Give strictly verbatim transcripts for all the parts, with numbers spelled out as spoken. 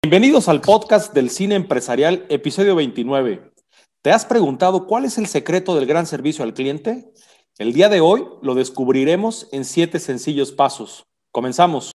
Bienvenidos al podcast del Cine Empresarial, episodio veintinueve. ¿Te has preguntado cuál es el secreto del gran servicio al cliente? El día de hoy lo descubriremos en siete sencillos pasos. Comenzamos.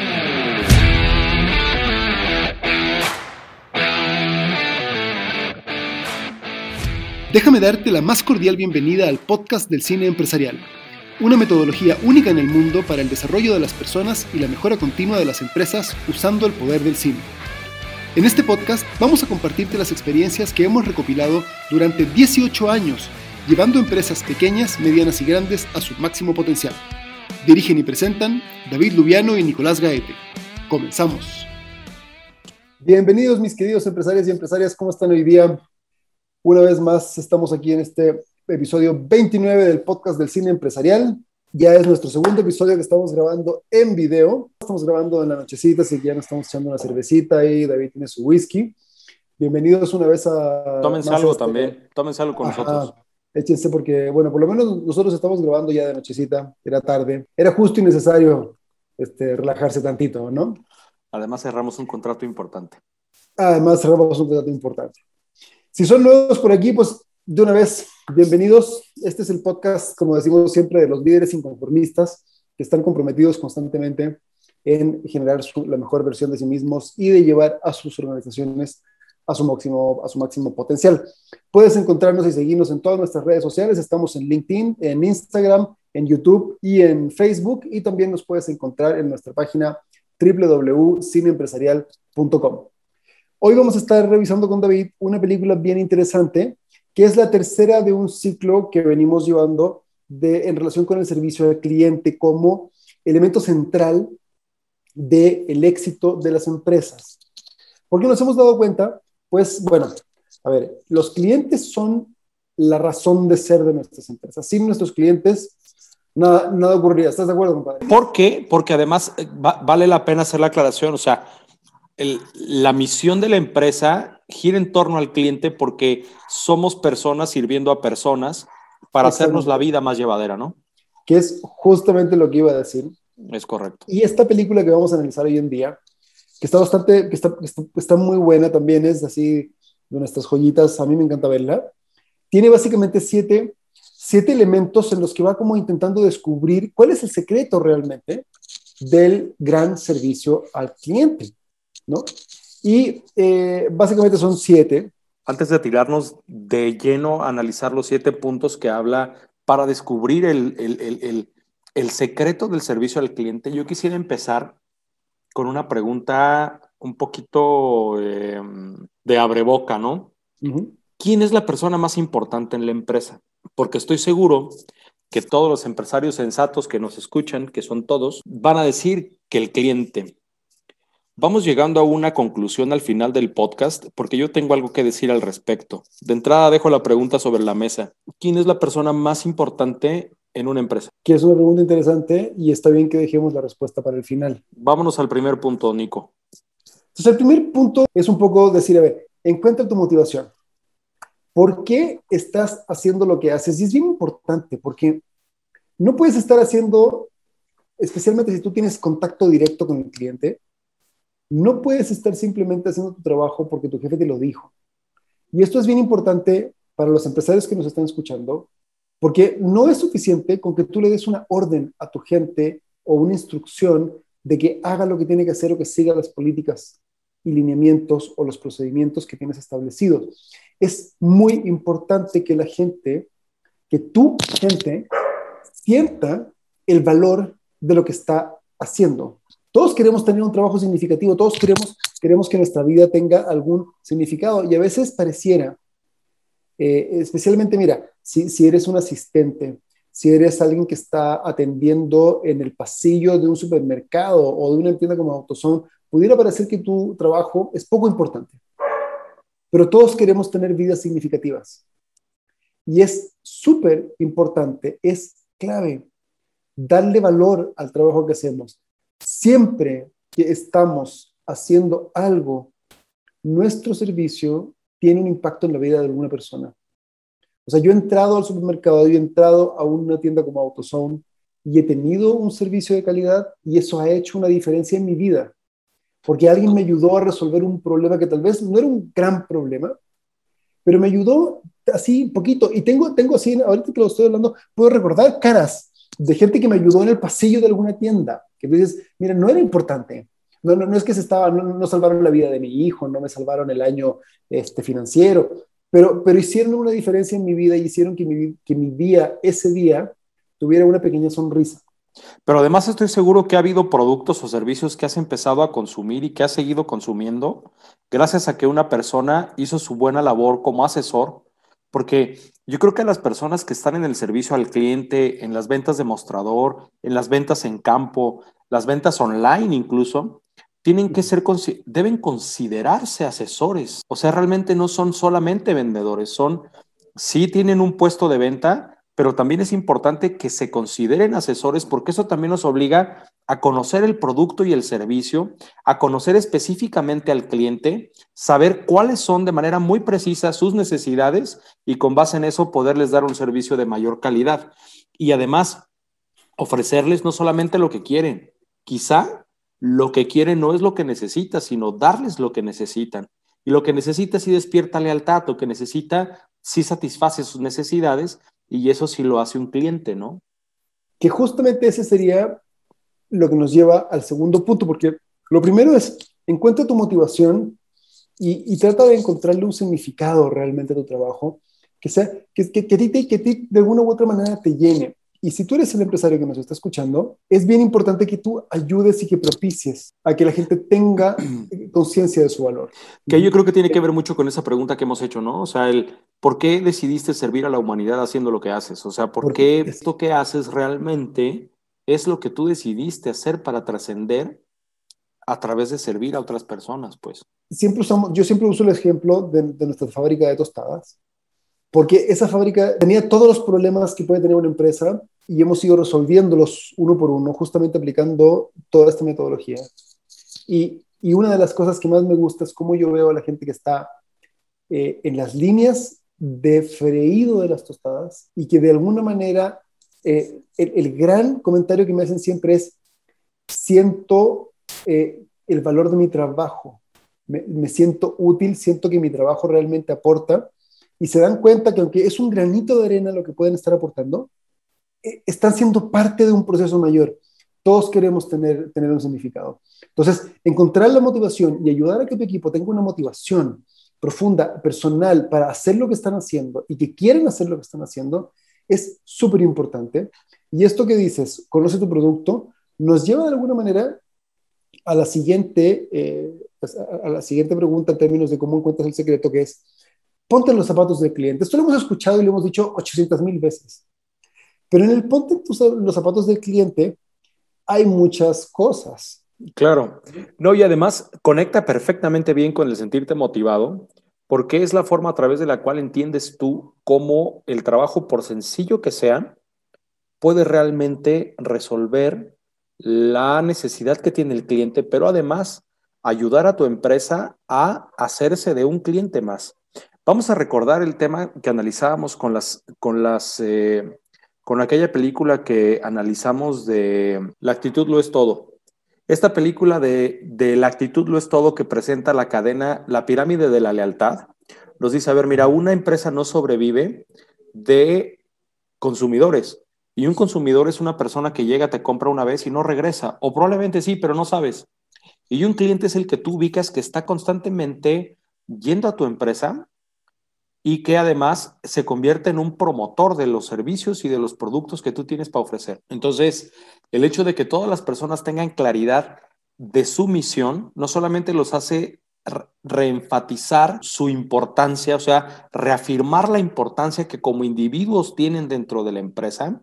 Déjame darte la más cordial bienvenida al podcast del Cine Empresarial, una metodología única en el mundo para el desarrollo de las personas y la mejora continua de las empresas usando el poder del cine. En este podcast vamos a compartirte las experiencias que hemos recopilado durante dieciocho años, llevando empresas pequeñas, medianas y grandes a su máximo potencial. Dirigen y presentan David Lubiano y Nicolás Gaete. Comenzamos. Bienvenidos mis queridos empresarios y empresarias, ¿cómo están hoy día? Una vez más estamos aquí en este episodio veintinueve del podcast del Cine Empresarial. Ya es nuestro segundo episodio que estamos grabando en video. Estamos grabando en la nochecita, así que ya nos estamos echando una cervecita ahí. David tiene su whisky. Bienvenidos una vez a... Tómense algo este... también, tómense algo con Ajá. nosotros. Échense porque, bueno, por lo menos nosotros estamos grabando ya de nochecita, era tarde. Era justo y necesario este, relajarse tantito, ¿no? Además cerramos un contrato importante. Además cerramos un contrato importante. Si son nuevos por aquí, pues de una vez, bienvenidos. Este es el podcast, como decimos siempre, de los líderes inconformistas que están comprometidos constantemente en generar su, la mejor versión de sí mismos y de llevar a sus organizaciones a su máximo, a su máximo potencial. Puedes encontrarnos y seguirnos en todas nuestras redes sociales. Estamos en LinkedIn, en Instagram, en YouTube y en Facebook. Y también nos puedes encontrar en nuestra página doble u doble u doble u punto cine empresarial punto com. Hoy vamos a estar revisando con David una película bien interesante, que es la tercera de un ciclo que venimos llevando de, en relación con el servicio al cliente como elemento central del éxito de las empresas. Porque nos hemos dado cuenta, pues, bueno, a ver, los clientes son la razón de ser de nuestras empresas. Sin nuestros clientes, nada, nada ocurriría. ¿Estás de acuerdo, compadre? ¿Por qué? Porque además va, vale la pena hacer la aclaración, o sea, El, la misión de la empresa gira en torno al cliente porque somos personas sirviendo a personas para hacernos la vida más llevadera, ¿no? Que es justamente lo que iba a decir. Es correcto. Y esta película que vamos a analizar hoy en día, que está bastante, que está, que está, está muy buena también, es así de nuestras joyitas, a mí me encanta verla, tiene básicamente siete, siete elementos en los que va como intentando descubrir cuál es el secreto realmente del gran servicio al cliente, ¿no? Y eh, básicamente son siete. Antes de tirarnos de lleno a analizar los siete puntos que habla para descubrir el, el, el, el, el secreto del servicio al cliente, yo quisiera empezar con una pregunta un poquito eh, de abreboca, ¿no? Uh-huh. ¿Quién es la persona más importante en la empresa? Porque estoy seguro que todos los empresarios sensatos que nos escuchan, que son todos, van a decir que el cliente. Vamos llegando a una conclusión al final del podcast porque yo tengo algo que decir al respecto. De entrada dejo la pregunta sobre la mesa. ¿Quién es la persona más importante en una empresa? Que es una pregunta interesante y está bien que dejemos la respuesta para el final. Vámonos al primer punto, Nico. Entonces el primer punto es un poco decir, a ver, encuentra tu motivación. ¿Por qué estás haciendo lo que haces? Y es bien importante porque no puedes estar haciendo, especialmente si tú tienes contacto directo con el cliente, no puedes estar simplemente haciendo tu trabajo porque tu jefe te lo dijo. Y esto es bien importante para los empresarios que nos están escuchando, porque no es suficiente con que tú le des una orden a tu gente o una instrucción de que haga lo que tiene que hacer o que siga las políticas y lineamientos o los procedimientos que tienes establecidos. Es muy importante que la gente, que tu gente, sienta el valor de lo que está haciendo. Todos queremos tener un trabajo significativo, todos queremos, queremos que nuestra vida tenga algún significado y a veces pareciera, eh, especialmente, mira, si, si eres un asistente, si eres alguien que está atendiendo en el pasillo de un supermercado o de una tienda como AutoZone, pudiera parecer que tu trabajo es poco importante, pero todos queremos tener vidas significativas y es súper importante, es clave darle valor al trabajo que hacemos. Siempre que estamos haciendo algo, nuestro servicio tiene un impacto en la vida de alguna persona. O sea, yo he entrado al supermercado, yo he entrado a una tienda como AutoZone y he tenido un servicio de calidad y eso ha hecho una diferencia en mi vida. porque alguien me ayudó a resolver un problema que tal vez no era un gran problema, pero me ayudó así poquito. Y tengo, tengo así, ahorita que lo estoy hablando, puedo recordar caras de gente que me ayudó en el pasillo de alguna tienda, que me dices, mira, no era importante. No, no, no es que se estaba, no, no salvaron la vida de mi hijo, no me salvaron el año este, financiero, pero, pero hicieron una diferencia en mi vida y hicieron que mi, que mi día, ese día, tuviera una pequeña sonrisa. Pero además estoy seguro que ha habido productos o servicios que has empezado a consumir y que has seguido consumiendo gracias a que una persona hizo su buena labor como asesor, porque yo creo que las personas que están en el servicio al cliente, en las ventas de mostrador, en las ventas en campo, las ventas online incluso, tienen que ser, deben considerarse asesores. O sea, realmente no son solamente vendedores, son, sí tienen un puesto de venta, pero también es importante que se consideren asesores porque eso también nos obliga a conocer el producto y el servicio, a conocer específicamente al cliente, saber cuáles son de manera muy precisa sus necesidades y con base en eso poderles dar un servicio de mayor calidad. Y además, ofrecerles no solamente lo que quieren, quizá lo que quieren no es lo que necesita, sino darles lo que necesitan. Y lo que necesita sí despierta lealtad, lo que necesita sí satisface sus necesidades y eso sí lo hace un cliente, ¿no? Que justamente ese sería lo que nos lleva al segundo punto, porque lo primero es, encuentra tu motivación y, y trata de encontrarle un significado realmente a tu trabajo, que, sea, que, que, que, a ti, que a ti de alguna u otra manera te llene. Y si tú eres el empresario que nos está escuchando, es bien importante que tú ayudes y que propicies a que la gente tenga conciencia de su valor. Que yo creo que tiene que ver mucho con esa pregunta que hemos hecho, ¿no? O sea, el ¿por qué decidiste servir a la humanidad haciendo lo que haces? O sea, ¿por Porque qué es, esto que haces realmente es lo que tú decidiste hacer para trascender a través de servir a otras personas, pues? siempre usamos, yo siempre uso el ejemplo de, de nuestra fábrica de tostadas, porque esa fábrica tenía todos los problemas que puede tener una empresa y hemos ido resolviéndolos uno por uno, justamente aplicando toda esta metodología. Y, y una de las cosas que más me gusta es cómo yo veo a la gente que está eh, en las líneas de freído de las tostadas y que de alguna manera eh, el, el gran comentario que me hacen siempre es, siento eh, el valor de mi trabajo, me, me siento útil, siento que mi trabajo realmente aporta y se dan cuenta que aunque es un granito de arena lo que pueden estar aportando, eh, están siendo parte de un proceso mayor. Todos queremos tener, tener un significado. Entonces, encontrar la motivación y ayudar a que tu equipo tenga una motivación profunda, personal, para hacer lo que están haciendo y que quieren hacer lo que están haciendo, es súper importante. Y esto que dices, conoce tu producto, nos lleva de alguna manera a la siguiente, eh, a la siguiente pregunta en términos de cómo encuentras el secreto, que es, ponte en los zapatos del cliente. Esto lo hemos escuchado y lo hemos dicho ochocientas mil veces. Pero en el ponte en tus, los zapatos del cliente hay muchas cosas. Claro. No, y además conecta perfectamente bien con el sentirte motivado, porque es la forma a través de la cual entiendes tú cómo el trabajo, por sencillo que sea, puede realmente resolver la necesidad que tiene el cliente, pero además ayudar a tu empresa a hacerse de un cliente más. Vamos a recordar el tema que analizábamos con las, con las, eh, con aquella película que analizamos de La actitud lo es todo. Esta película de, de La actitud lo es todo que presenta la cadena, la pirámide de la lealtad, nos dice, a ver, mira, una empresa no sobrevive de consumidores. Y un consumidor es una persona que llega, te compra una vez y no regresa. O probablemente sí, pero no sabes. Y un cliente es el que tú ubicas que está constantemente yendo a tu empresa y que además se convierte en un promotor de los servicios y de los productos que tú tienes para ofrecer. Entonces, el hecho de que todas las personas tengan claridad de su misión no solamente los hace reenfatizar su importancia, o sea, reafirmar la importancia que como individuos tienen dentro de la empresa,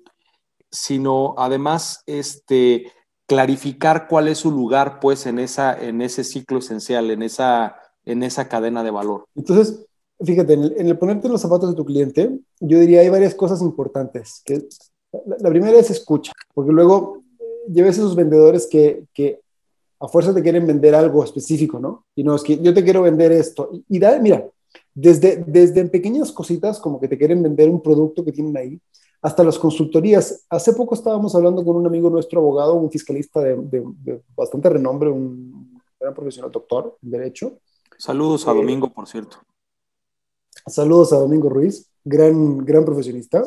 sino además este, clarificar cuál es su lugar pues en, esa, en ese ciclo esencial, en esa, en esa cadena de valor. Entonces, fíjate, en el, en el ponerte en los zapatos de tu cliente, yo diría hay varias cosas importantes. Que la, la primera es escucha, porque luego lleves esos vendedores que, que a fuerza te quieren vender algo específico, ¿no? Y no, es que yo te quiero vender esto. Y, y da, mira, desde, desde pequeñas cositas como que te quieren vender un producto que tienen ahí, hasta las consultorías. Hace poco estábamos hablando con un amigo nuestro abogado, un fiscalista de, de, de bastante renombre, un gran profesional, doctor en Derecho. Saludos a Eh, Domingo, por cierto. Saludos a Domingo Ruiz, gran, gran profesionista.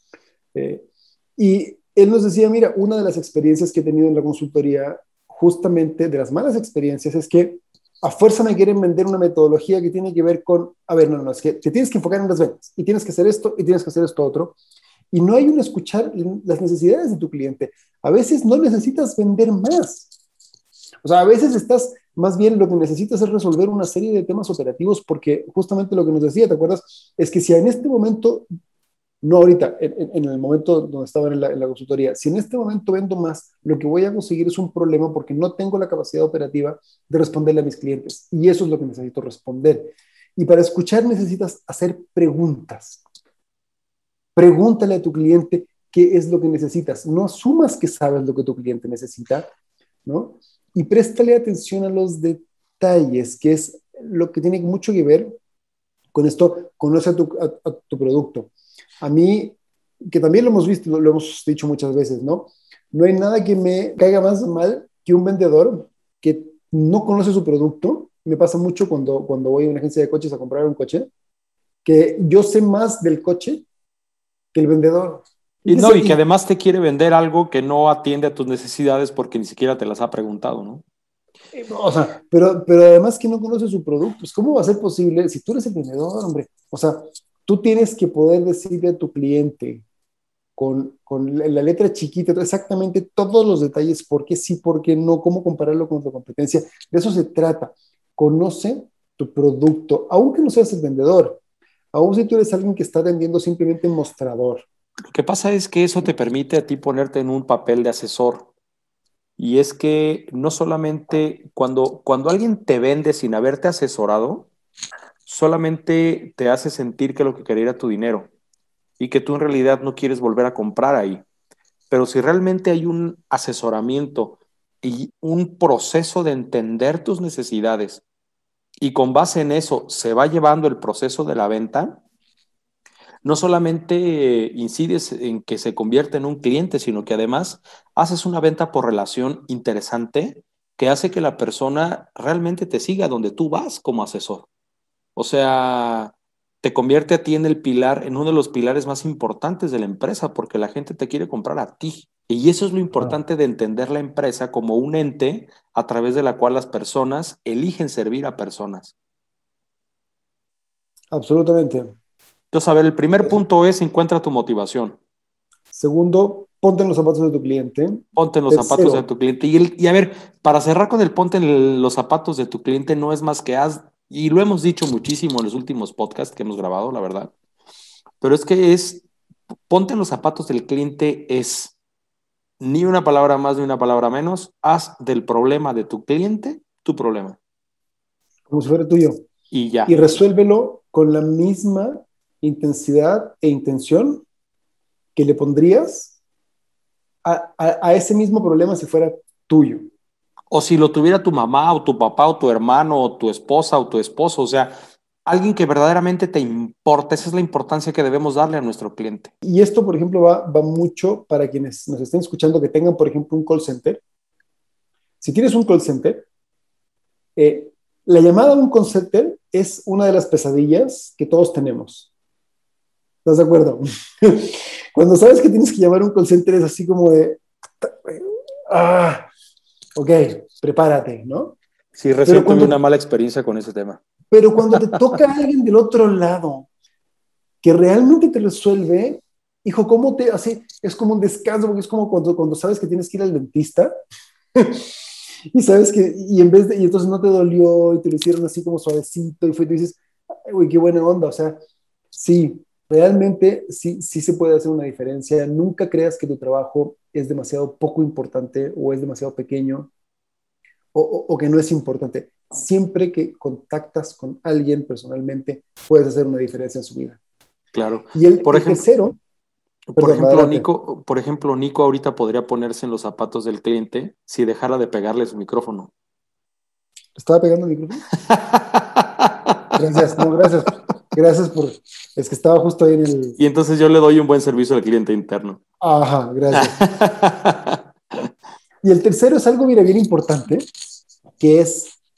Eh, y él nos decía, mira, una de las experiencias que he tenido en la consultoría, justamente de las malas experiencias, es que a fuerza me quieren vender una metodología que tiene que ver con, a ver, no, no, es que te tienes que enfocar en las ventas y tienes que hacer esto y tienes que hacer esto otro. Y no hay un escuchar las necesidades de tu cliente. A veces no necesitas vender más. O sea, a veces estás, más bien lo que necesitas es resolver una serie de temas operativos porque justamente lo que nos decía, ¿te acuerdas? Es que si en este momento, no ahorita, en, en el momento donde estaba en la, en la consultoría, si en este momento vendo más, lo que voy a conseguir es un problema porque no tengo la capacidad operativa de responderle a mis clientes. Y eso es lo que necesito responder. Y para escuchar necesitas hacer preguntas. Pregúntale a tu cliente qué es lo que necesitas. No asumas que sabes lo que tu cliente necesita, ¿no? Y préstale atención a los detalles, que es lo que tiene mucho que ver con esto, conoce a tu, a, a tu producto. A mí, que también lo hemos visto, lo, lo hemos dicho muchas veces, ¿no? No hay nada que me caiga más mal que un vendedor que no conoce su producto. Me pasa mucho cuando, cuando voy a una agencia de coches a comprar un coche, que yo sé más del coche que el vendedor. Y Y, no, eso, y que y, además te quiere vender algo que no atiende a tus necesidades porque ni siquiera te las ha preguntado, ¿no? o sea, pero, pero además que no conoce su producto, pues ¿cómo va a ser posible si tú eres el vendedor, hombre? O sea, tú tienes que poder decirle a tu cliente con, con la, la letra chiquita exactamente todos los detalles, por qué sí, por qué no, cómo compararlo con tu competencia. De eso se trata. Conoce tu producto, aunque no seas el vendedor, aun si tú eres alguien que está vendiendo simplemente un mostrador. Lo que pasa es que eso te permite a ti ponerte en un papel de asesor. Y es que no solamente cuando, cuando alguien te vende sin haberte asesorado, solamente te hace sentir que lo que quería era tu dinero y que tú en realidad no quieres volver a comprar ahí. Pero si realmente hay un asesoramiento y un proceso de entender tus necesidades y con base en eso se va llevando el proceso de la venta, no solamente incides en que se convierta en un cliente, sino que además haces una venta por relación interesante que hace que la persona realmente te siga donde tú vas como asesor. O sea, te convierte a ti en el pilar, en uno de los pilares más importantes de la empresa, porque la gente te quiere comprar a ti. Y eso es lo Ah, importante de entender la empresa como un ente a través de la cual las personas eligen servir a personas. absolutamente. Entonces, a ver, el primer punto es encuentra tu motivación. Segundo, ponte en los zapatos de tu cliente. Ponte en los zapatos de Tercero, tu cliente. Y, el, y a ver, para cerrar con el ponte en el- los zapatos de tu cliente, no es más que haz, y lo hemos dicho muchísimo en los últimos podcasts que hemos grabado, la verdad, pero es que es, ponte en los zapatos del cliente es ni una palabra más ni una palabra menos, haz del problema de tu cliente tu problema. como si fuera tuyo, Y y ya. resuélvelo con la misma intensidad e intención que le pondrías a, a, a ese mismo problema si fuera tuyo. O si lo tuviera tu mamá o tu papá o tu hermano o tu esposa o tu esposo, o sea, alguien que verdaderamente te importa, esa es la importancia que debemos darle a nuestro cliente. Y esto, por ejemplo, va, va mucho para quienes nos estén escuchando que tengan, por ejemplo, un call center. Si tienes un call center, eh, la llamada a un call center es una de las pesadillas que todos tenemos. ¿Estás de acuerdo? Cuando sabes que tienes que llamar a un call center es así como de, ah, ok, prepárate, ¿no? Sí, recién Pero tuve una cuando, mala experiencia con ese tema. pero cuando te toca a alguien del otro lado que realmente te resuelve, hijo, ¿cómo te hace? Es como un descanso, porque es como cuando, cuando sabes que tienes que ir al dentista y sabes que, y en vez de, y entonces no te dolió y te lo hicieron así como suavecito y fue, y tú dices, uy, qué buena onda, o sea, sí, realmente sí, sí se puede hacer una diferencia. Nunca creas que tu trabajo es demasiado poco importante o es demasiado pequeño o, o, o que no es importante. Siempre que contactas con alguien personalmente, puedes hacer una diferencia en su vida. Claro. Y el, Por el ejemplo, tercero, por perdón, ejemplo, adelante. Nico, por ejemplo, Nico ahorita podría ponerse en los zapatos del cliente si dejara de pegarle su micrófono. ¿Estaba pegando el micrófono? Gracias, no, gracias. Gracias por, es que estaba justo ahí en el, Y entonces yo le doy un buen servicio al cliente interno. ajá, gracias. Y el tercero es algo, mira, bien importante, que es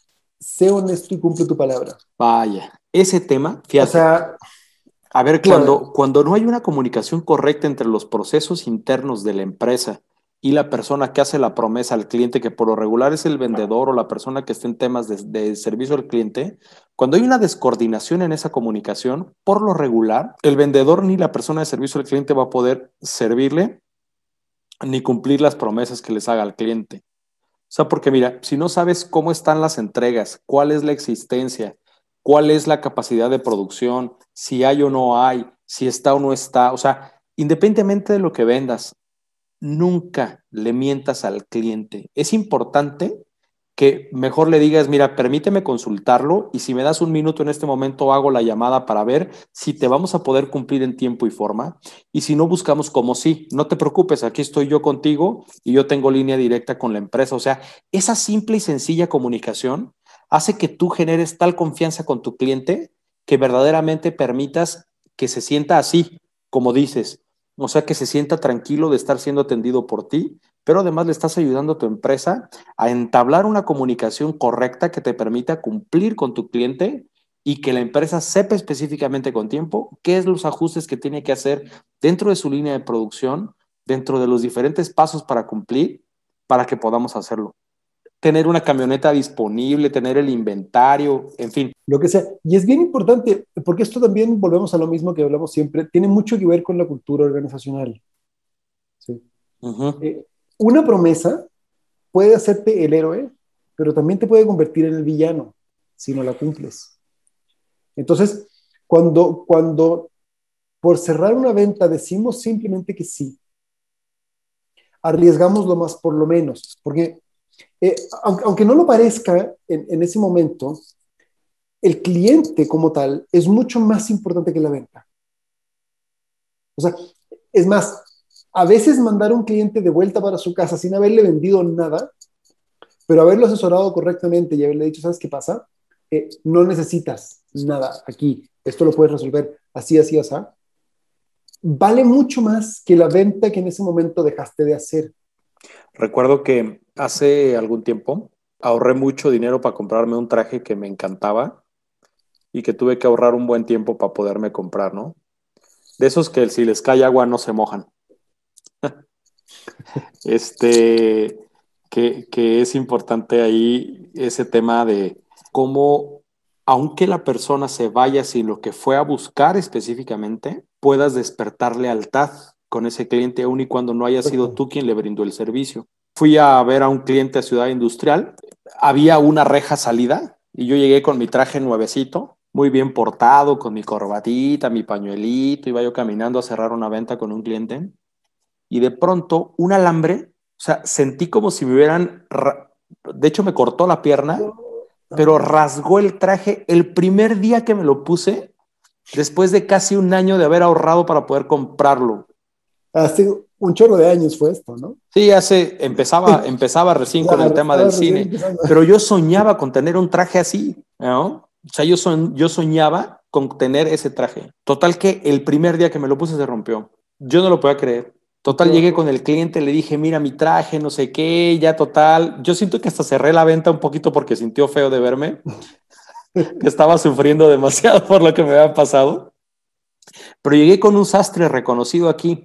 sé honesto y cumple tu palabra. Vaya, ese tema, O fíjate, sea, a ver, tú a ver, cuando, cuando no hay una comunicación correcta entre los procesos internos de la empresa y la persona que hace la promesa al cliente, que por lo regular es el vendedor o la persona que está en temas de, de servicio al cliente, cuando hay una descoordinación en esa comunicación, por lo regular, el vendedor ni la persona de servicio al cliente va a poder servirle ni cumplir las promesas que les haga al cliente. O sea, porque mira, si no sabes cómo están las entregas, cuál es la existencia, cuál es la capacidad de producción, si hay o no hay, si está o no está, o sea, independientemente de lo que vendas, nunca le mientas al cliente. Es importante que mejor le digas, mira, permíteme consultarlo y si me das un minuto en este momento hago la llamada para ver si te vamos a poder cumplir en tiempo y forma y si no buscamos como sí, no te preocupes, aquí estoy yo contigo y yo tengo línea directa con la empresa. O sea, esa simple y sencilla comunicación hace que tú generes tal confianza con tu cliente que verdaderamente permitas que se sienta así, como dices, o sea, que se sienta tranquilo de estar siendo atendido por ti, pero además le estás ayudando a tu empresa a entablar una comunicación correcta que te permita cumplir con tu cliente y que la empresa sepa específicamente con tiempo qué es los ajustes que tiene que hacer dentro de su línea de producción, dentro de los diferentes pasos para cumplir, para que podamos hacerlo. Tener una camioneta disponible, tener el inventario, en fin. lo que sea. Y es bien importante, porque esto también, volvemos a lo mismo que hablamos siempre, tiene mucho que ver con la cultura organizacional. ¿Sí? Uh -huh. Eh, una promesa puede hacerte el héroe, pero también te puede convertir en el villano si no la cumples. Entonces, cuando, cuando por cerrar una venta decimos simplemente que sí, arriesgamos lo más por lo menos, porque eh, aunque, aunque, no lo parezca en, en ese momento, el cliente como tal es mucho más importante que la venta. O sea, es más, a veces mandar a un cliente de vuelta para su casa sin haberle vendido nada, pero haberlo asesorado correctamente y haberle dicho, ¿sabes qué pasa? Eh, no necesitas nada aquí, esto lo puedes resolver así, así, así. Vale mucho más que la venta que en ese momento dejaste de hacer. Recuerdo que hace algún tiempo ahorré mucho dinero para comprarme un traje que me encantaba y que tuve que ahorrar un buen tiempo para poderme comprar, ¿no? De esos que si les cae agua no se mojan. Este, que, que es importante ahí ese tema de cómo, aunque la persona se vaya sin lo que fue a buscar específicamente, puedas despertar lealtad con ese cliente, aun y cuando no haya sido Perfecto. tú quien le brindó el servicio. Fui a ver a un cliente a Ciudad Industrial, había una reja salida y yo llegué con mi traje nuevecito, muy bien portado, con mi corbatita, mi pañuelito, iba yo caminando a cerrar una venta con un cliente y de pronto un alambre, o sea, sentí como si me hubieran, de hecho me cortó la pierna, pero rasgó el traje el primer día que me lo puse, después de casi un año de haber ahorrado para poder comprarlo. Hace un chorro de años fue esto, ¿no? Sí, hace, empezaba, empezaba recién con el Claro, tema del estaba recién cine, empezando. pero yo soñaba con tener un traje así, ¿no? O sea, yo, son, yo soñaba con tener ese traje. Total que el primer día que me lo puse se rompió. Yo no lo podía creer. Total, llegué con el cliente, le dije, mira mi traje, no sé qué, ya total. Yo siento que hasta cerré la venta un poquito porque sintió feo de verme, que estaba sufriendo demasiado por lo que me había pasado. Pero llegué con un sastre reconocido aquí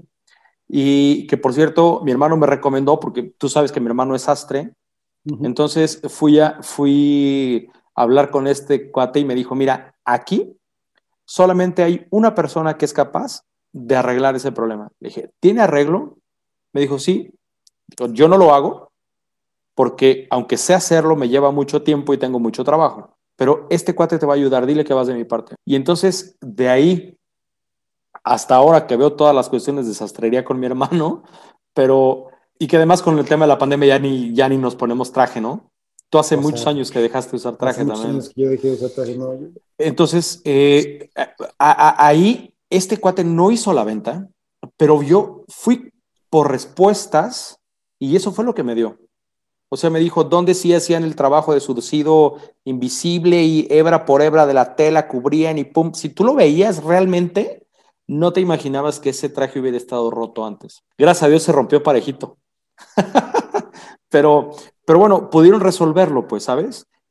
y que, por cierto, mi hermano me recomendó, porque tú sabes que mi hermano es sastre. Uh-huh. Entonces fui a, fui a hablar con este cuate y me dijo, mira, aquí solamente hay una persona que es capaz de arreglar ese problema. Le dije, ¿tiene arreglo? Me dijo, sí. Yo no lo hago porque aunque sé hacerlo, me lleva mucho tiempo y tengo mucho trabajo. Pero este cuate te va a ayudar, dile que vas de mi parte. Y entonces, de ahí hasta ahora que veo todas las cuestiones de sastrería con mi hermano, pero, y que además con el tema de la pandemia ya ni, ya ni nos ponemos traje, ¿no? Tú hace O muchos sea, años que dejaste de usar hace traje muchos también. años que yo dejé de usar traje. No, yo... Entonces, eh, a, a, ahí este cuate no hizo la venta, pero yo fui por respuestas y eso fue lo que me dio. O sea, me dijo dónde sí hacían el trabajo de surcido invisible y hebra por hebra de la tela cubrían y pum. Si tú lo veías realmente, no te imaginabas que ese traje hubiera estado roto antes. Gracias a Dios se rompió parejito. pero, pero bueno, pudieron resolverlo, pues, ¿sabes?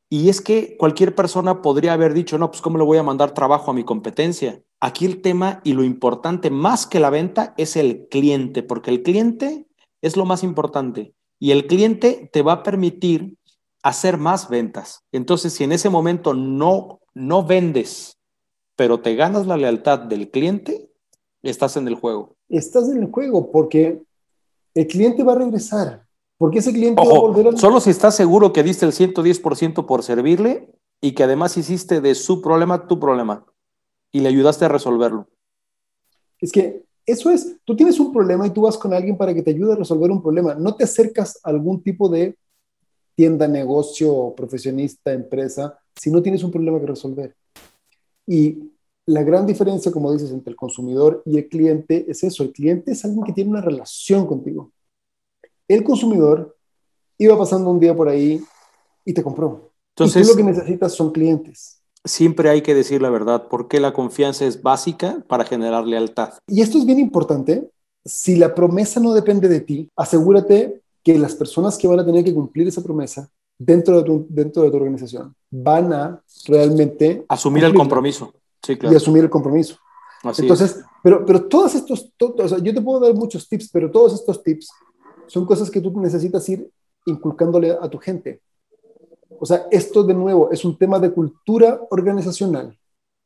Y es que cualquier persona podría haber dicho, no, pues ¿cómo le voy a mandar trabajo a mi competencia? Aquí el tema y lo importante más que la venta es el cliente, porque el cliente es lo más importante y el cliente te va a permitir hacer más ventas. Entonces, si en ese momento no, no vendes, pero te ganas la lealtad del cliente, estás en el juego. Estás en el juego porque el cliente va a regresar, porque ese cliente va a volver Ojo, a... solo si estás seguro que diste el ciento diez por ciento por servirle y que además hiciste de su problema tu problema y le ayudaste a resolverlo. Es que eso es, tú tienes un problema y tú vas con alguien para que te ayude a resolver un problema. No te acercas a algún tipo de tienda, negocio, profesionista, empresa, si no tienes un problema que resolver. Y la gran diferencia, como dices, entre el consumidor y el cliente es eso. El cliente es alguien que tiene una relación contigo. El consumidor iba pasando un día por ahí y te compró. Y tú lo que Entonces, necesitas son clientes. siempre hay que decir la verdad, porque la confianza es básica para generar lealtad. Y esto es bien importante. Si la promesa no depende de ti, asegúrate que las personas que van a tener que cumplir esa promesa dentro de tu, dentro de tu organización van a realmente Asumir el cumplirla compromiso. Sí, y claro. asumir el compromiso. Así es. Entonces, pero, pero todos estos, to, o sea, yo te puedo dar muchos tips, pero todos estos tips son cosas que tú necesitas ir inculcándole a tu gente. O sea, esto de nuevo es un tema de cultura organizacional.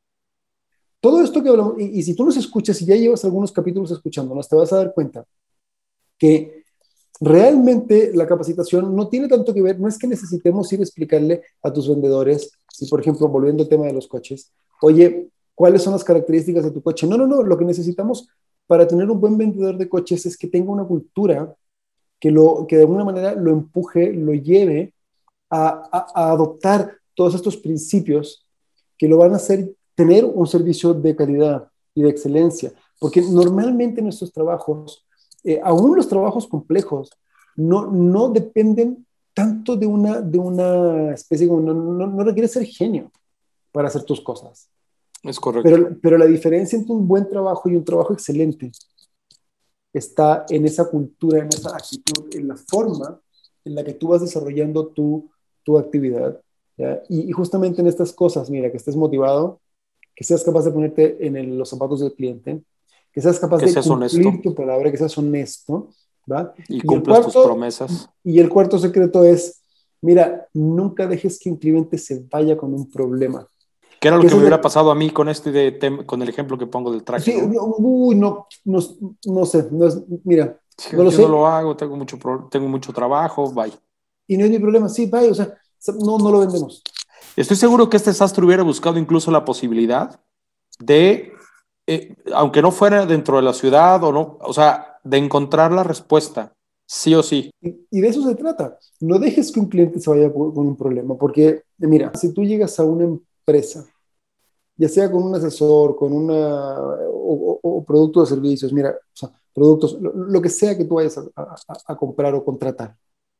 Todo esto que hablamos, y, y si tú nos escuchas y ya llevas algunos capítulos escuchándonos, te vas a dar cuenta que realmente la capacitación no tiene tanto que ver, no es que necesitemos ir a explicarle a tus vendedores, si por ejemplo, volviendo al tema de los coches, oye, ¿cuáles son las características de tu coche? No, no, no, lo que necesitamos para tener un buen vendedor de coches es que tenga una cultura que, lo, que de alguna manera lo empuje, lo lleve a, a, a adoptar todos estos principios que lo van a hacer tener un servicio de calidad y de excelencia, porque normalmente nuestros trabajos, eh, aún los trabajos complejos, no, no dependen tanto de una, de una especie, como no, no, no requiere ser genio para hacer tus cosas. Es correcto. Pero, pero la diferencia entre un buen trabajo y un trabajo excelente está en esa cultura, en esa actitud, en la forma en la que tú vas desarrollando tu, tu actividad. ¿Ya? Y, y justamente en estas cosas, mira, que estés motivado, que seas capaz de ponerte en el, los zapatos del cliente, que seas capaz Que de seas cumplir honesto tu palabra, que seas honesto, ¿va? y Y el cumplas tus cuarto, promesas. y el cuarto secreto es, mira, nunca dejes que un cliente se vaya con un problema. Que era lo Que que ese me es hubiera el, pasado a mí con este de tem- con el ejemplo que pongo del traje, sí, ¿no? no, uy, no, no, no sé, no es, mira, no lo Yo no lo sé, hago, tengo mucho, pro- tengo mucho trabajo, bye. y no es mi problema, sí, vaya, o sea, no, no lo vendemos. Estoy seguro que este sastre hubiera buscado incluso la posibilidad de, eh, aunque no fuera dentro de la ciudad o no, o sea, de encontrar la respuesta, sí o sí. Y, y de eso se trata. No dejes que un cliente se vaya con un problema, porque mira, si tú llegas a una empresa, ya sea con un asesor, con una, o, o, o producto de servicios, mira, o sea, productos, lo, lo, que sea que tú vayas a, a, a comprar o contratar.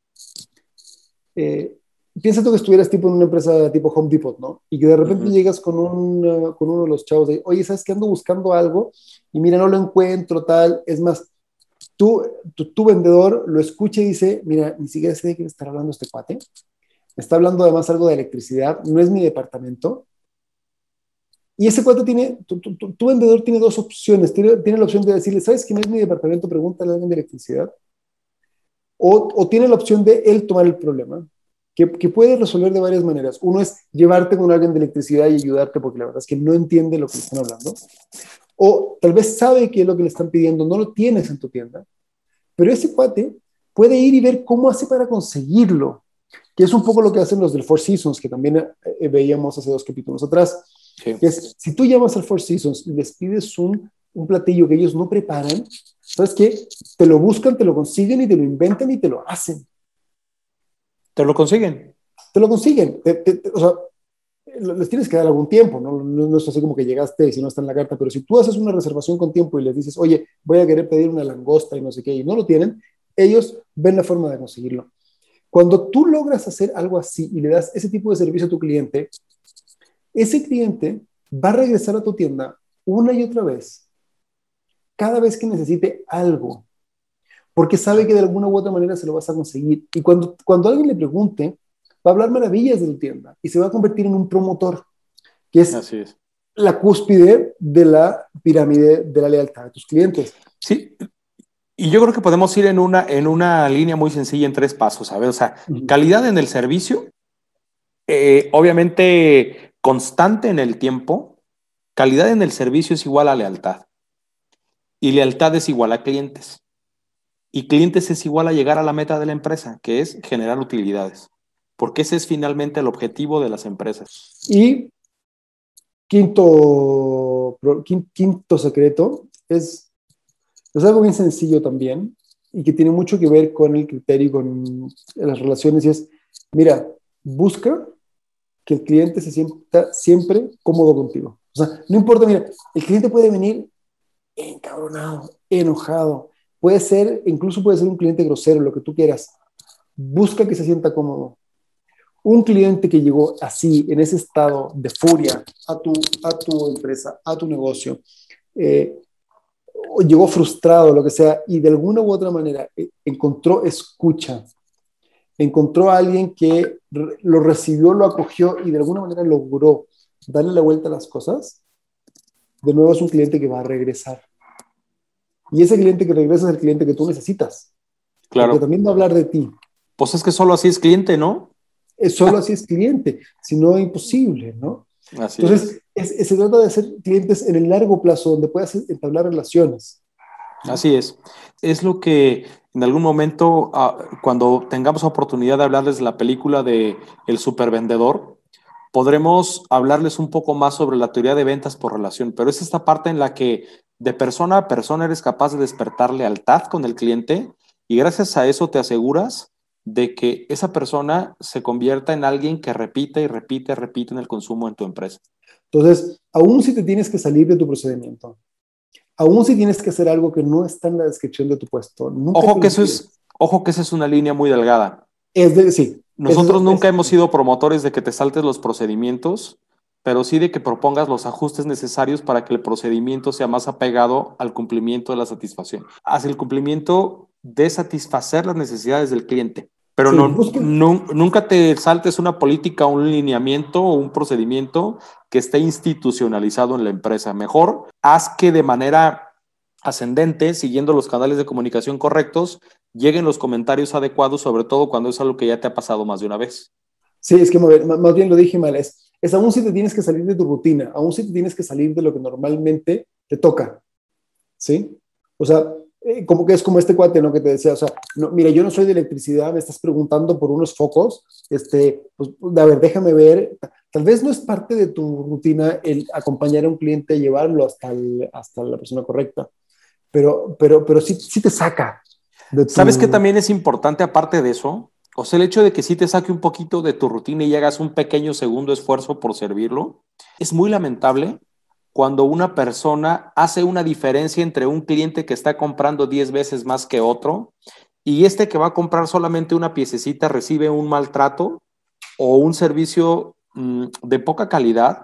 Eh, piensa tú que estuvieras tipo en una empresa tipo Home Depot, ¿no? Y que de Uh repente -huh. llegas con, un, con uno de los chavos de, oye, ¿sabes qué? Ando buscando algo y mira, no lo encuentro, tal. Es más, tú, tu, tu vendedor lo escucha y dice, mira, ni siquiera sé de qué me está hablando este cuate. Me está hablando además algo de electricidad, no es mi departamento. Y ese cuate tiene, tu, tu, tu, tu vendedor tiene dos opciones. Tiene, tiene la opción de decirle, ¿sabes que no es mi departamento? Pregúntale a alguien de electricidad. O, o tiene la opción de él tomar el problema, que, que puede resolver de varias maneras. Uno es llevarte con alguien de electricidad y ayudarte porque la verdad es que no entiende lo que le están hablando. O tal vez sabe que lo que le están pidiendo no lo tienes en tu tienda, pero ese cuate puede ir y ver cómo hace para conseguirlo, que es un poco lo que hacen los del Four Seasons, que también eh, veíamos hace dos capítulos atrás. Sí. Que es, si tú llamas al Four Seasons y les pides un, un platillo que ellos no preparan, ¿sabes qué? Te lo buscan, te lo consiguen y te lo inventan y te lo hacen. ¿Te lo consiguen? Te lo consiguen. Te, te, te, o sea, les tienes que dar algún tiempo, ¿no? No, no es así como que llegaste y si no está en la carta, pero si tú haces una reservación con tiempo y les dices, oye, voy a querer pedir una langosta y no sé qué, y no lo tienen, ellos ven la forma de conseguirlo. Cuando tú logras hacer algo así y le das ese tipo de servicio a tu cliente, ese cliente va a regresar a tu tienda una y otra vez, cada vez que necesite algo, porque sabe que de alguna u otra manera se lo vas a conseguir. Y cuando, cuando alguien le pregunte, va a hablar maravillas de tu tienda y se va a convertir en un promotor, que es Así es. la cúspide de la pirámide de la lealtad de tus clientes. Sí, y yo creo que podemos ir en una, en una línea muy sencilla en tres pasos. A ver, o sea, Uh-huh. calidad en el servicio, eh, obviamente constante en el tiempo. Calidad en el servicio es igual a lealtad. Y lealtad es igual a clientes. Y clientes es igual a llegar a la meta de la empresa, que es generar utilidades. Porque ese es finalmente el objetivo de las empresas. Y quinto, quinto secreto es, es algo bien sencillo también y que tiene mucho que ver con el criterio y con las relaciones y es, mira, busca que el cliente se sienta siempre cómodo contigo. O sea, no importa, mira, el cliente puede venir encabronado, enojado, puede ser, incluso puede ser un cliente grosero, lo que tú quieras. Busca que se sienta cómodo. Un cliente que llegó así, en ese estado de furia a tu, a tu empresa, a tu negocio, eh, o llegó frustrado, lo que sea, y de alguna u otra manera eh, encontró escucha, encontró a alguien que re- lo recibió, lo acogió y de alguna manera logró darle la vuelta a las cosas, de nuevo es un cliente que va a regresar. Y ese cliente que regresa es el cliente que tú necesitas, porque Claro. también va a hablar de ti. Pues es que solo así es cliente, ¿no? Es solo así es cliente, si no es imposible, ¿no? Así es. Entonces, es, es, se trata de hacer clientes en el largo plazo, donde puedas entablar relaciones, ¿no? Así es. Es lo que en algún momento, ah, cuando tengamos oportunidad de hablarles de la película de El Supervendedor, podremos hablarles un poco más sobre la teoría de ventas por relación, pero es esta parte en la que de persona a persona eres capaz de despertar lealtad con el cliente y gracias a eso te aseguras de que esa persona se convierta en alguien que repite y repite y repite en el consumo en tu empresa. Entonces, aún si te tienes que salir de tu procedimiento, aún si tienes que hacer algo que no está en la descripción de tu puesto, nunca Ojo te que eso es, olvides. ojo que esa es una línea muy delgada. Es de, sí, Nosotros eso nunca es, hemos sido promotores de que te saltes los procedimientos, pero sí de que propongas los ajustes necesarios para que el procedimiento sea más apegado al cumplimiento de la satisfacción, hacia el cumplimiento de satisfacer las necesidades del cliente. Pero sí, no, busquen, no, nunca te saltes una política, un lineamiento o un procedimiento que esté institucionalizado en la empresa. Mejor haz que de manera ascendente, siguiendo los canales de comunicación correctos, lleguen los comentarios adecuados, sobre todo cuando es algo que ya te ha pasado más de una vez. sí, es que más bien lo dije mal, es, es aún si te tienes que salir de tu rutina, aún si te tienes que salir de lo que normalmente te toca, ¿sí? O sea, eh, como que es como este cuate, ¿no? Que te decía, o sea, no, mira, yo no soy de electricidad, me estás preguntando por unos focos, este, pues, a ver, déjame ver. Tal vez no es parte de tu rutina el acompañar a un cliente, llevarlo hasta, el, hasta la persona correcta, pero, pero, pero sí, sí te saca de ¿Sabes qué tu... también es importante aparte de eso? O sea, el hecho de que sí te saque un poquito de tu rutina y hagas un pequeño segundo esfuerzo por servirlo, es muy lamentable cuando una persona hace una diferencia entre un cliente que está comprando diez veces más que otro y este que va a comprar solamente una piececita recibe un maltrato o un servicio mmm, de poca calidad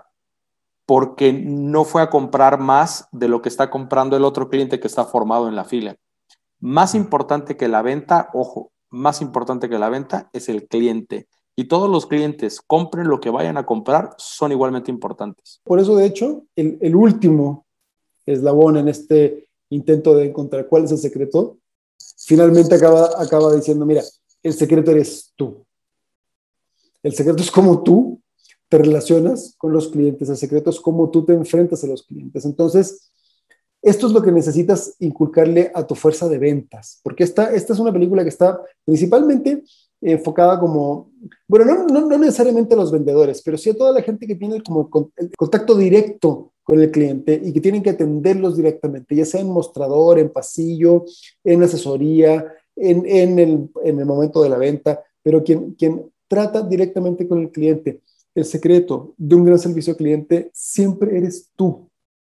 porque no fue a comprar más de lo que está comprando el otro cliente que está formado en la fila. Más importante que la venta, ojo, más importante que la venta es el cliente. Y todos los clientes, compren lo que vayan a comprar, son igualmente importantes. Por eso, de hecho, el, el último eslabón en este intento de encontrar cuál es el secreto, finalmente acaba, acaba diciendo, mira, el secreto eres tú. El secreto es cómo tú te relacionas con los clientes, el secreto es cómo tú te enfrentas a los clientes. Entonces, esto es lo que necesitas inculcarle a tu fuerza de ventas, porque esta, esta es una película que está principalmente enfocada como, bueno, no, no, no necesariamente a los vendedores, pero sí a toda la gente que tiene como el contacto directo con el cliente y que tienen que atenderlos directamente, ya sea en mostrador, en pasillo, en asesoría, en, en, el, en el momento de la venta, pero quien, quien trata directamente con el cliente. El secreto de un gran servicio al cliente siempre eres tú.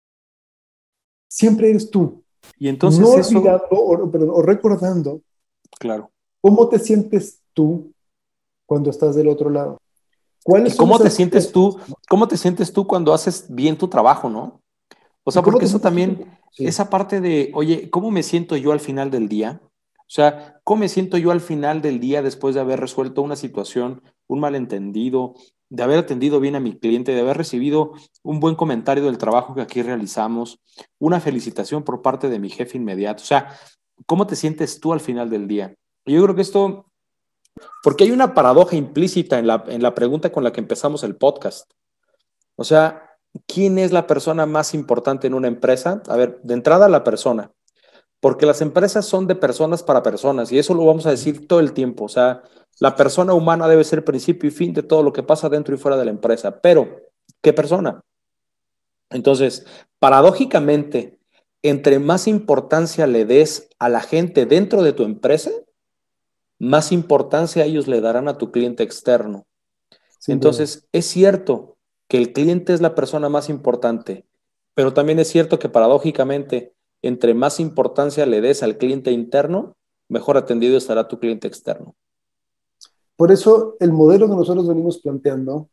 Siempre eres tú. Y No entonces eso, olvidando o, perdón, o recordando claro. cómo te sientes tú cuando estás del otro lado. ¿Cuáles ¿Y son cómo te esas sientes cosas? tú? ¿Cómo te sientes tú cuando haces bien tu trabajo, no? O ¿Y sea, cómo porque te eso sientes tú? también, Sí. esa parte de, oye, ¿cómo me siento yo al final del día? O sea, ¿cómo me siento yo al final del día después de haber resuelto una situación, un malentendido, de haber atendido bien a mi cliente, de haber recibido un buen comentario del trabajo que aquí realizamos, una felicitación por parte de mi jefe inmediato. O sea, ¿cómo te sientes tú al final del día? Yo creo que esto, porque hay una paradoja implícita en la, en la pregunta con la que empezamos el podcast. O sea, ¿quién es la persona más importante en una empresa? A ver, de entrada la persona, porque las empresas son de personas para personas y eso lo vamos a decir todo el tiempo. O sea, la persona humana debe ser principio y fin de todo lo que pasa dentro y fuera de la empresa. Pero, ¿qué persona? Entonces, paradójicamente, entre más importancia le des a la gente dentro de tu empresa, más importancia ellos le darán a tu cliente externo. Sin duda. Entonces, es cierto que el cliente es la persona más importante, pero también es cierto que paradójicamente, entre más importancia le des al cliente interno, mejor atendido estará tu cliente externo. Por eso el modelo que nosotros venimos planteando,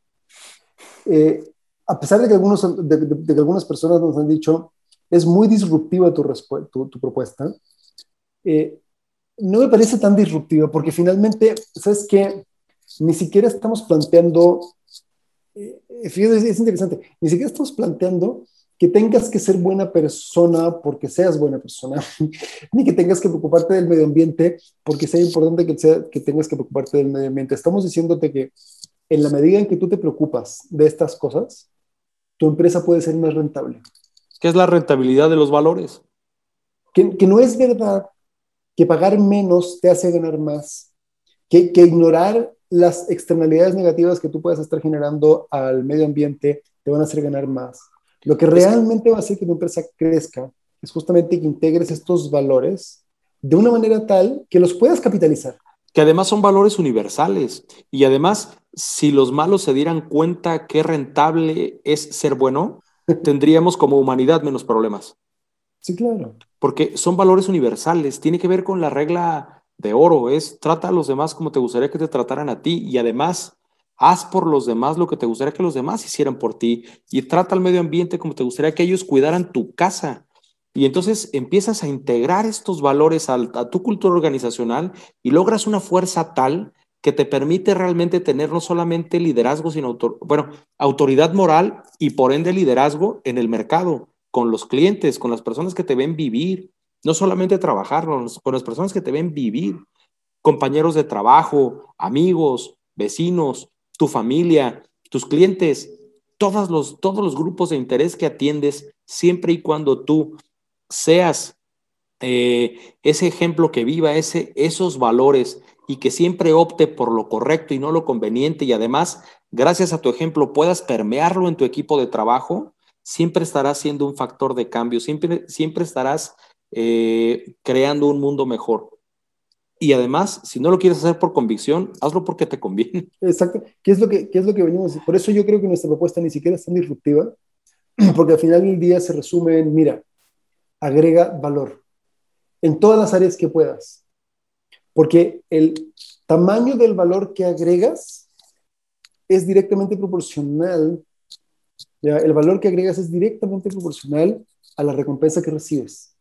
eh, a pesar de que, algunos, de, de, de que algunas personas nos han dicho, es muy disruptiva tu, tu, tu propuesta, eh, no me parece tan disruptiva porque finalmente, ¿sabes qué? Ni siquiera estamos planteando, eh, fíjate, es interesante, ni siquiera estamos planteando que tengas que ser buena persona porque seas buena persona, ni que tengas que preocuparte del medio ambiente porque sea importante que, sea, que tengas que preocuparte del medio ambiente. Estamos diciéndote que en la medida en que tú te preocupas de estas cosas, tu empresa puede ser más rentable. ¿Qué es la rentabilidad de los valores? Que, que no es verdad que pagar menos te hace ganar más, que, que ignorar las externalidades negativas que tú puedas estar generando al medio ambiente te van a hacer ganar más. Lo que Es que, realmente va a hacer que tu empresa crezca es justamente que integres estos valores de una manera tal que los puedas capitalizar. que además son valores universales y además, si los malos se dieran cuenta qué rentable es ser bueno, tendríamos como humanidad menos problemas. Sí, claro. Porque son valores universales, tiene que ver con la regla de oro, es trata a los demás como te gustaría que te trataran a ti y además haz por los demás lo que te gustaría que los demás hicieran por ti y trata al medio ambiente como te gustaría que ellos cuidaran tu casa. Y entonces empiezas a integrar estos valores a, a tu cultura organizacional y logras una fuerza tal que te permite realmente tener no solamente liderazgo, sino autor, bueno, autoridad moral y por ende liderazgo en el mercado, con los clientes, con las personas que te ven vivir, no solamente trabajar, con, con las personas que te ven vivir, compañeros de trabajo, amigos, vecinos, tu familia, tus clientes, todos los, todos los grupos de interés que atiendes, siempre y cuando tú seas eh, ese ejemplo que viva ese, esos valores y que siempre opte por lo correcto y no lo conveniente y además, gracias a tu ejemplo, puedas permearlo en tu equipo de trabajo, siempre estarás siendo un factor de cambio, siempre, siempre estarás eh, creando un mundo mejor. Y además, si no lo quieres hacer por convicción, hazlo porque te conviene. Exacto. ¿Qué es lo que, qué es lo que venimos? Por eso yo creo que nuestra propuesta ni siquiera es tan disruptiva, porque al final del día se resume en, mira, agrega valor en todas las áreas que puedas, porque el tamaño del valor que agregas es directamente proporcional, ¿ya? El valor que agregas es directamente proporcional a la recompensa que recibes.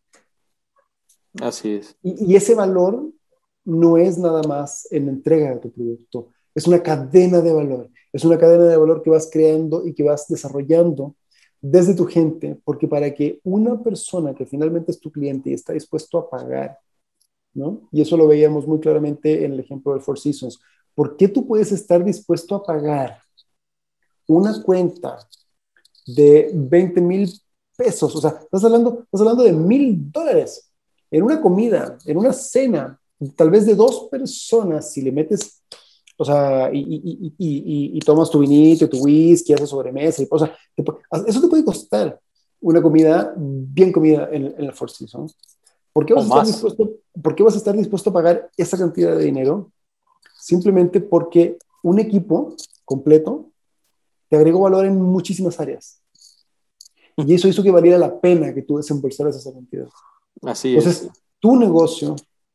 Así es. Y, y ese valor no es nada más en la entrega de tu producto, es una cadena de valor, es una cadena de valor que vas creando y que vas desarrollando desde tu gente, porque para que una persona que finalmente es tu cliente y está dispuesto a pagar, ¿no? Y eso lo veíamos muy claramente en el ejemplo del Four Seasons. ¿Por qué tú puedes estar dispuesto a pagar una cuenta de veinte mil pesos? O sea, estás hablando, estás hablando de mil dólares en una comida, en una cena, tal vez de dos personas, si le metes, o sea, y, y, y, y, y tomas tu vinito, tu whisky, haces sobremesa, y, o sea, te, eso te puede costar una comida bien comida en, en el Four Seasons. ¿Por qué, vas O a estar más. dispuesto, ¿Por qué vas a estar dispuesto a pagar esa cantidad de dinero? Simplemente porque un equipo completo te agregó valor en muchísimas áreas. Y eso hizo que valiera la pena que tú desembolsaras esa cantidad. Así es. Entonces, tu negocio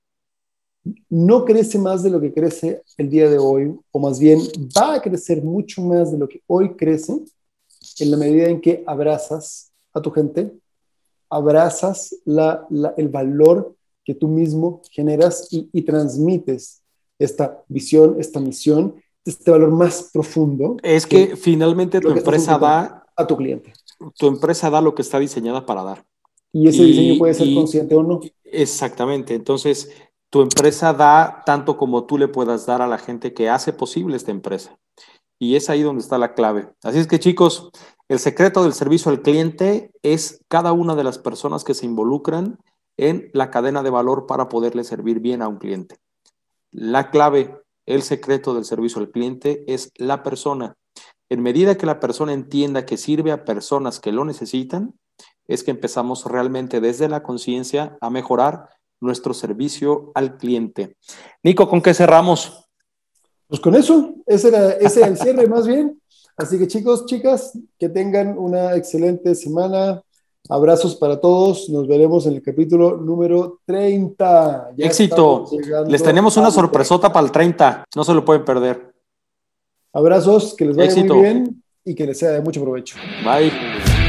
no crece más de lo que crece el día de hoy, o más bien va a crecer mucho más de lo que hoy crece en la medida en que abrazas a tu gente, abrazas la, la, el valor que tú mismo generas y, y transmites esta visión, esta misión este valor más profundo. Es que, que finalmente tu empresa da a tu cliente. Tu empresa da lo que está diseñada para dar. Y ese y, diseño puede ser y, consciente o no. Exactamente. Entonces, tu empresa da tanto como tú le puedas dar a la gente que hace posible esta empresa. Y es ahí donde está la clave. Así es que, chicos, el secreto del servicio al cliente es cada una de las personas que se involucran en la cadena de valor para poderle servir bien a un cliente. La clave, el secreto del servicio al cliente es la persona. En medida que la persona entienda que sirve a personas que lo necesitan, es que empezamos realmente desde la conciencia a mejorar nuestro servicio al cliente. Nico, ¿con qué cerramos? Pues con eso, ese era, ese era el cierre más bien. Así que chicos, chicas, que tengan una excelente semana. Abrazos para todos. Nos veremos en el capítulo número treinta. Ya Éxito. Les tenemos una sorpresota treinta para el treinta. No se lo pueden perder. Abrazos, que les vaya Éxito. Muy bien y que les sea de mucho provecho. Bye.